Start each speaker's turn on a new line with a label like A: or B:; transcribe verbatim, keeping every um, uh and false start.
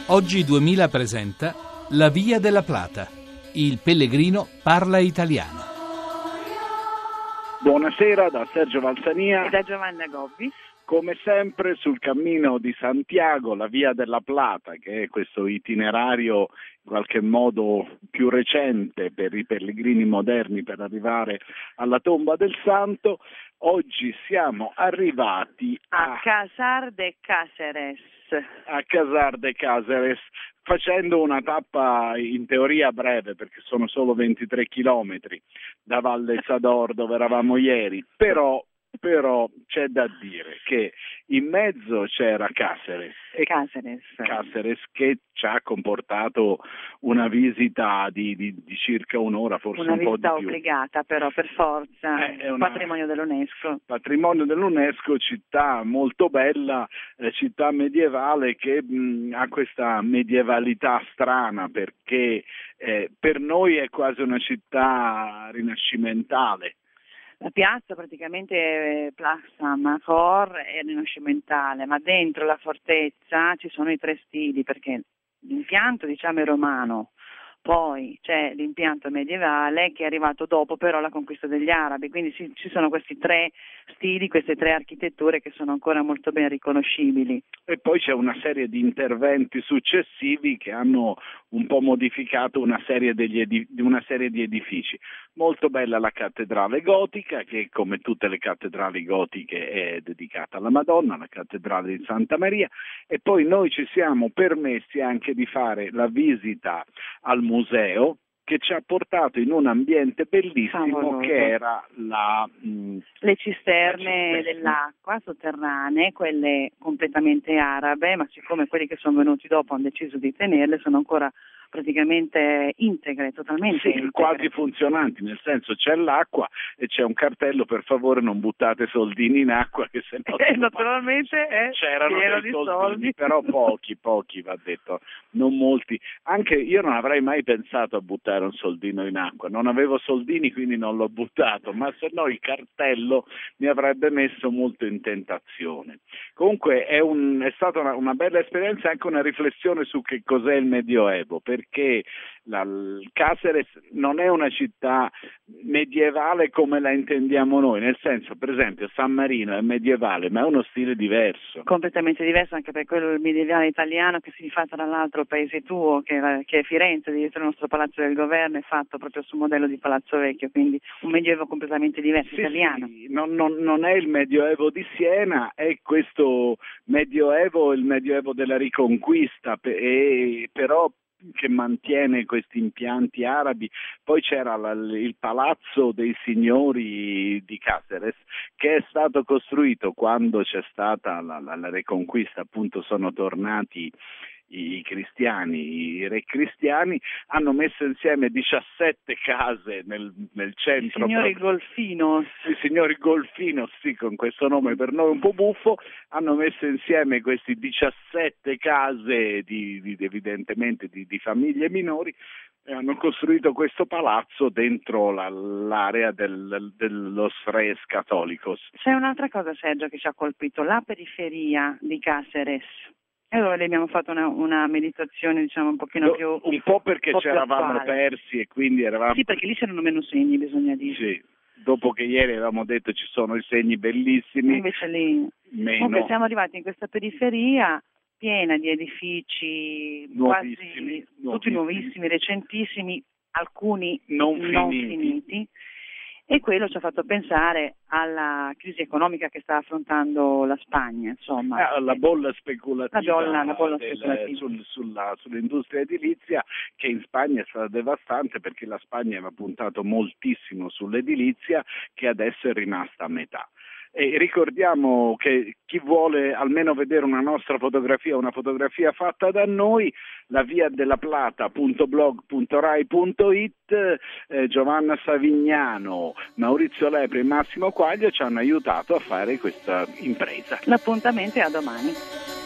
A: Oggi duemila presenta La Via della Plata. Il pellegrino parla italiano.
B: Buonasera da Sergio Valsania
C: e da Giovanna Gobbi.
B: Come sempre sul cammino di Santiago, la Via della Plata, che è questo itinerario in qualche modo più recente per i pellegrini moderni per arrivare alla tomba del Santo. Oggi siamo arrivati a,
C: a Casar de Cáceres.
B: a Casar de Cáceres, facendo una tappa in teoria breve perché sono solo ventitré chilometri da Valle Sador dove eravamo ieri, però Però c'è da dire che in mezzo c'era Cáceres e
C: Cáceres,
B: Cáceres che ci ha comportato una visita di, di, di circa un'ora, forse
C: una
B: un po' di più.
C: Una visita obbligata però per forza,
B: eh, è una,
C: patrimonio dell'UNESCO.
B: Patrimonio dell'UNESCO, città molto bella, eh, città medievale che mh, ha questa medievalità strana perché eh, per noi è quasi una città rinascimentale.
C: La piazza praticamente Plaza Major è rinascimentale, ma dentro la fortezza ci sono i tre stili, perché l'impianto diciamo è romano, poi c'è l'impianto medievale che è arrivato dopo però la conquista degli arabi, quindi ci, ci sono questi tre stili, queste tre architetture che sono ancora molto ben riconoscibili.
B: E poi c'è una serie di interventi successivi che hanno un po' modificato una serie, degli edi- una serie di edifici. Molto bella la cattedrale gotica, che come tutte le cattedrali gotiche è dedicata alla Madonna, la cattedrale di Santa Maria, e poi noi ci siamo permessi anche di fare la visita al museo, che ci ha portato in un ambiente bellissimo
C: Favoloso.
B: Che era la, mh,
C: le cisterne
B: le cisterne
C: dell'acqua sotterranee, quelle completamente arabe, ma siccome quelli che sono venuti dopo hanno deciso di tenerle, sono ancora praticamente integre, totalmente
B: sì,
C: integre.
B: Quasi funzionanti, nel senso c'è l'acqua e c'è un cartello: per favore non buttate soldini in acqua, che se no
C: eh, naturalmente è
B: c'erano
C: pieno
B: dei
C: di
B: soldini,
C: soldi.
B: però pochi, pochi va detto, non molti. Anche io non avrei mai pensato a buttare un soldino in acqua, non avevo soldini quindi non l'ho buttato, ma se no il cartello mi avrebbe messo molto in tentazione. Comunque è, un, è stata una, una bella esperienza, anche una riflessione su che cos'è il Medioevo, perché la, Cáceres non è una città medievale come la intendiamo noi, nel senso, per esempio, San Marino è medievale, ma è uno stile diverso.
C: Completamente diverso, anche per quello medievale italiano che si fa tra l'altro paese tuo, che è, che è Firenze, dietro il nostro Palazzo del Governo, è fatto proprio sul modello di Palazzo Vecchio, quindi un medioevo completamente diverso,
B: sì,
C: italiano.
B: Sì, non, non, non è il medioevo di Siena, è questo medioevo, il medioevo della Riconquista, e, però che mantiene questi impianti arabi. Poi c'era la, il palazzo dei signori di Cáceres, che è stato costruito quando c'è stata la, la, la Riconquista, appunto sono tornati i cristiani, i re cristiani, hanno messo insieme diciassette case nel, nel centro.
C: I signori Golfinos.
B: I signori Golfinos, sì, con questo nome per noi un po' buffo, hanno messo insieme questi diciassette case di, di evidentemente di, di famiglie minori, e hanno costruito questo palazzo dentro la, l'area del, dello Sres Catholicos.
C: C'è un'altra cosa, Sergio, che ci ha colpito, la periferia di Cáceres. E allora lì abbiamo fatto una, una meditazione, diciamo, un pochino più...
B: Un po' perché
C: po'
B: ci eravamo
C: attuale.
B: persi e quindi eravamo...
C: Sì, perché lì c'erano meno segni, bisogna dire.
B: Sì, dopo che ieri avevamo detto ci sono i segni bellissimi.
C: Invece lì...
B: Meno.
C: Comunque siamo arrivati in questa periferia piena di edifici
B: nuovissimi,
C: quasi
B: nuovissimi.
C: tutti nuovissimi, recentissimi, alcuni
B: non,
C: non
B: finiti.
C: finiti. E quello ci ha fatto pensare alla crisi economica che sta affrontando la Spagna, insomma.
B: Eh, la bolla speculativa,
C: la bolla, la bolla
B: del,
C: speculativa.
B: Sul, sulla, sull'industria edilizia, che in Spagna è stata devastante perché la Spagna aveva puntato moltissimo sull'edilizia, che adesso è rimasta a metà. E ricordiamo che chi vuole almeno vedere una nostra fotografia, una fotografia fatta da noi, la via della plata punto blog punto rai punto it, eh, Giovanna Savignano, Maurizio Lepre e Massimo Quaglio ci hanno aiutato a fare questa impresa.
C: L'appuntamento è a domani.